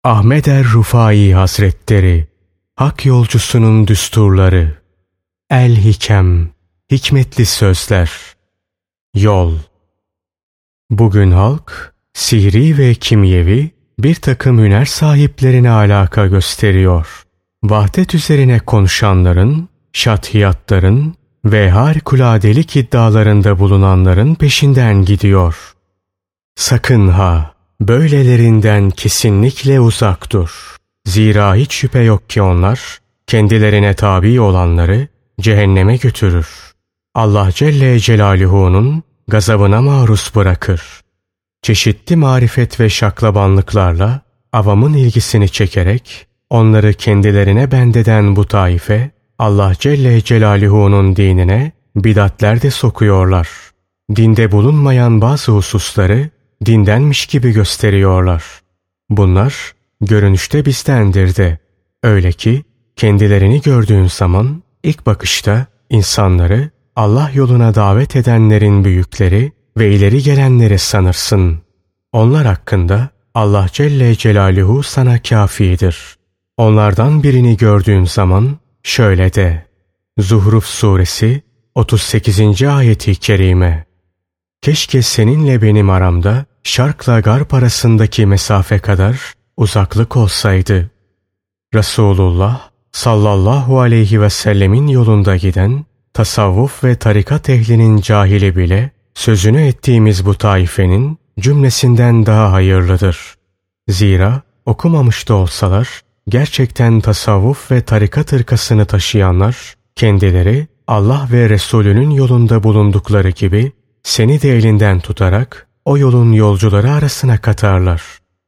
Ahmed er-Rufai Hazretleri, Hak Yolcusunun Düsturları, El-Hikem, Hikmetli Sözler, Yol. Bugün halk, sihri ve kimyevi bir takım hüner sahiplerine alaka gösteriyor. Vahdet üzerine konuşanların, şatiyatların ve harikuladelik iddialarında bulunanların peşinden gidiyor. Sakın ha, böylelerinden kesinlikle uzak dur. Zira hiç şüphe yok ki onlar, kendilerine tabi olanları cehenneme götürür. Allah Celle Celaluhu'nun gazabına maruz bırakır. Çeşitli marifet ve şaklabanlıklarla avamın ilgisini çekerek onları kendilerine bendeden bu taife, Allah Celle Celaluhu'nun dinine bidatler de sokuyorlar. Dinde bulunmayan bazı hususları dindenmiş gibi gösteriyorlar. Bunlar görünüşte bizdendir de. Öyle ki kendilerini gördüğün zaman ilk bakışta insanları Allah yoluna davet edenlerin büyükleri ve ileri gelenleri sanırsın. Onlar hakkında Allah Celle Celaluhu sana kâfidir. Onlardan birini gördüğün zaman şöyle de. Zuhruf Suresi 38. ayeti kerime. Keşke seninle benim aramda şarkla garp arasındaki mesafe kadar uzaklık olsaydı. Resulullah sallallahu aleyhi ve sellemin yolunda giden tasavvuf ve tarikat ehlinin cahili bile sözünü ettiğimiz bu taifenin cümlesinden daha hayırlıdır. Zira okumamış da olsalar gerçekten tasavvuf ve tarikat ırkasını taşıyanlar kendileri Allah ve Resulünün yolunda bulundukları gibi seni de elinden tutarak o yolun yolcuları arasına katarlar.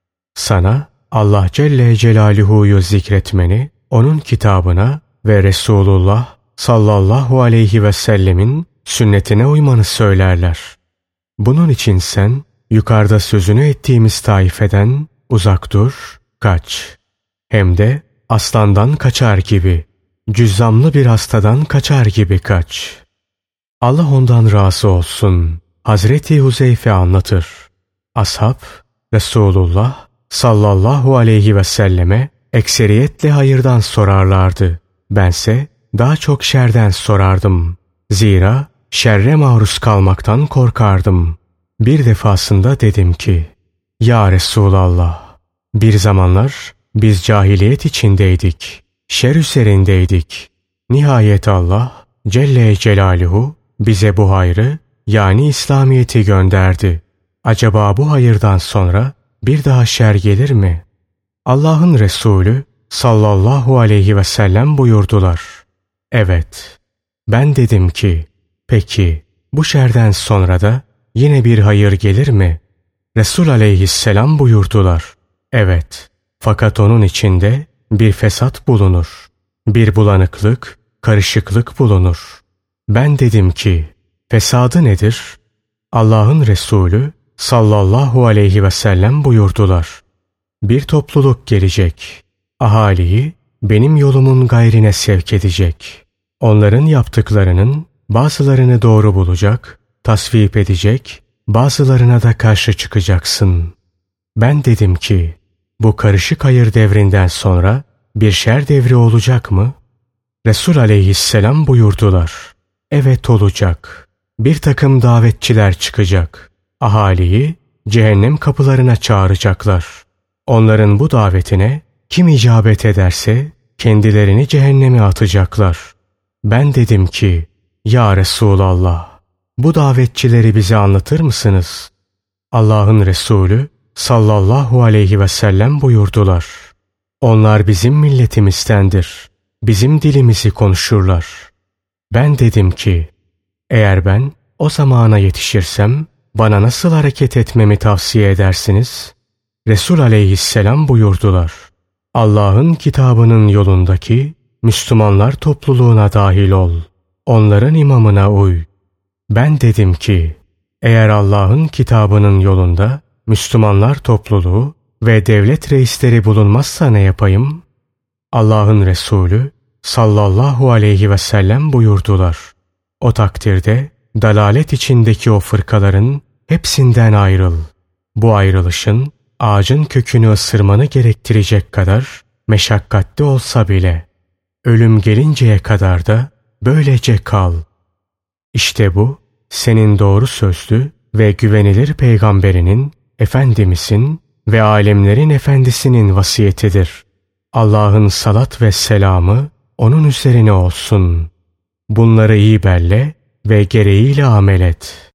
Sana Allah Celle Celaluhu'yu zikretmeni, onun kitabına ve Resulullah sallallahu aleyhi ve sellemin sünnetine uymanı söylerler. Bunun için sen yukarıda sözünü ettiğimiz taifeden uzak dur, kaç. Hem de aslandan kaçar gibi, cüzzamlı bir hastadan kaçar gibi kaç. Allah ondan razı olsun. Hazreti Huzeyfe anlatır. Ashab, Resulullah sallallahu aleyhi ve selleme ekseriyetle hayırdan sorarlardı. Bense daha çok şerden sorardım. Zira şerre maruz kalmaktan korkardım. Bir defasında dedim ki, Ya Resulallah, bir zamanlar biz cahiliyet içindeydik, şer üzerindeydik. Nihayet Allah Celle Celaluhu bize bu hayrı yani İslamiyet'i gönderdi. Acaba bu hayırdan sonra bir daha şer gelir mi? Allah'ın Resulü sallallahu aleyhi ve sellem buyurdular. Evet. Ben dedim ki, peki bu şerden sonra da yine bir hayır gelir mi? Resul aleyhisselam buyurdular. Evet. Fakat onun içinde bir fesat bulunur. Bir bulanıklık, karışıklık bulunur. Ben dedim ki, fesadı nedir? Allah'ın Resulü sallallahu aleyhi ve sellem buyurdular. Bir topluluk gelecek. Ahaliyi benim yolumun gayrine sevk edecek. Onların yaptıklarının bazılarını doğru bulacak, tasvip edecek, bazılarına da karşı çıkacaksın. Ben dedim ki, bu karışık hayır devrinden sonra bir şer devri olacak mı? Resul aleyhisselam buyurdular. Evet olacak. Bir takım davetçiler çıkacak. Ahaliyi cehennem kapılarına çağıracaklar. Onların bu davetine kim icabet ederse kendilerini cehenneme atacaklar. Ben dedim ki, Ya Resulallah, bu davetçileri bize anlatır mısınız? Allah'ın Resulü sallallahu aleyhi ve sellem buyurdular. Onlar bizim milletimizdendir. Bizim dilimizi konuşurlar. Ben dedim ki, eğer ben o zamana yetişirsem bana nasıl hareket etmemi tavsiye edersiniz? Resul aleyhisselam buyurdular. Allah'ın kitabının yolundaki Müslümanlar topluluğuna dahil ol. Onların imamına uy. Ben dedim ki, eğer Allah'ın kitabının yolunda Müslümanlar topluluğu ve devlet reisleri bulunmazsa ne yapayım? Allah'ın Resulü sallallahu aleyhi ve sellem buyurdular. O takdirde dalalet içindeki o fırkaların hepsinden ayrıl. Bu ayrılışın ağacın kökünü ısırmanı gerektirecek kadar meşakkatli olsa bile, ölüm gelinceye kadar da böylece kal. İşte bu, senin doğru sözlü ve güvenilir peygamberinin, Efendimizin ve alemlerin efendisinin vasiyetidir. Allah'ın salat ve selamı onun üzerine olsun. Bunları iyi belle ve gereğiyle amel et.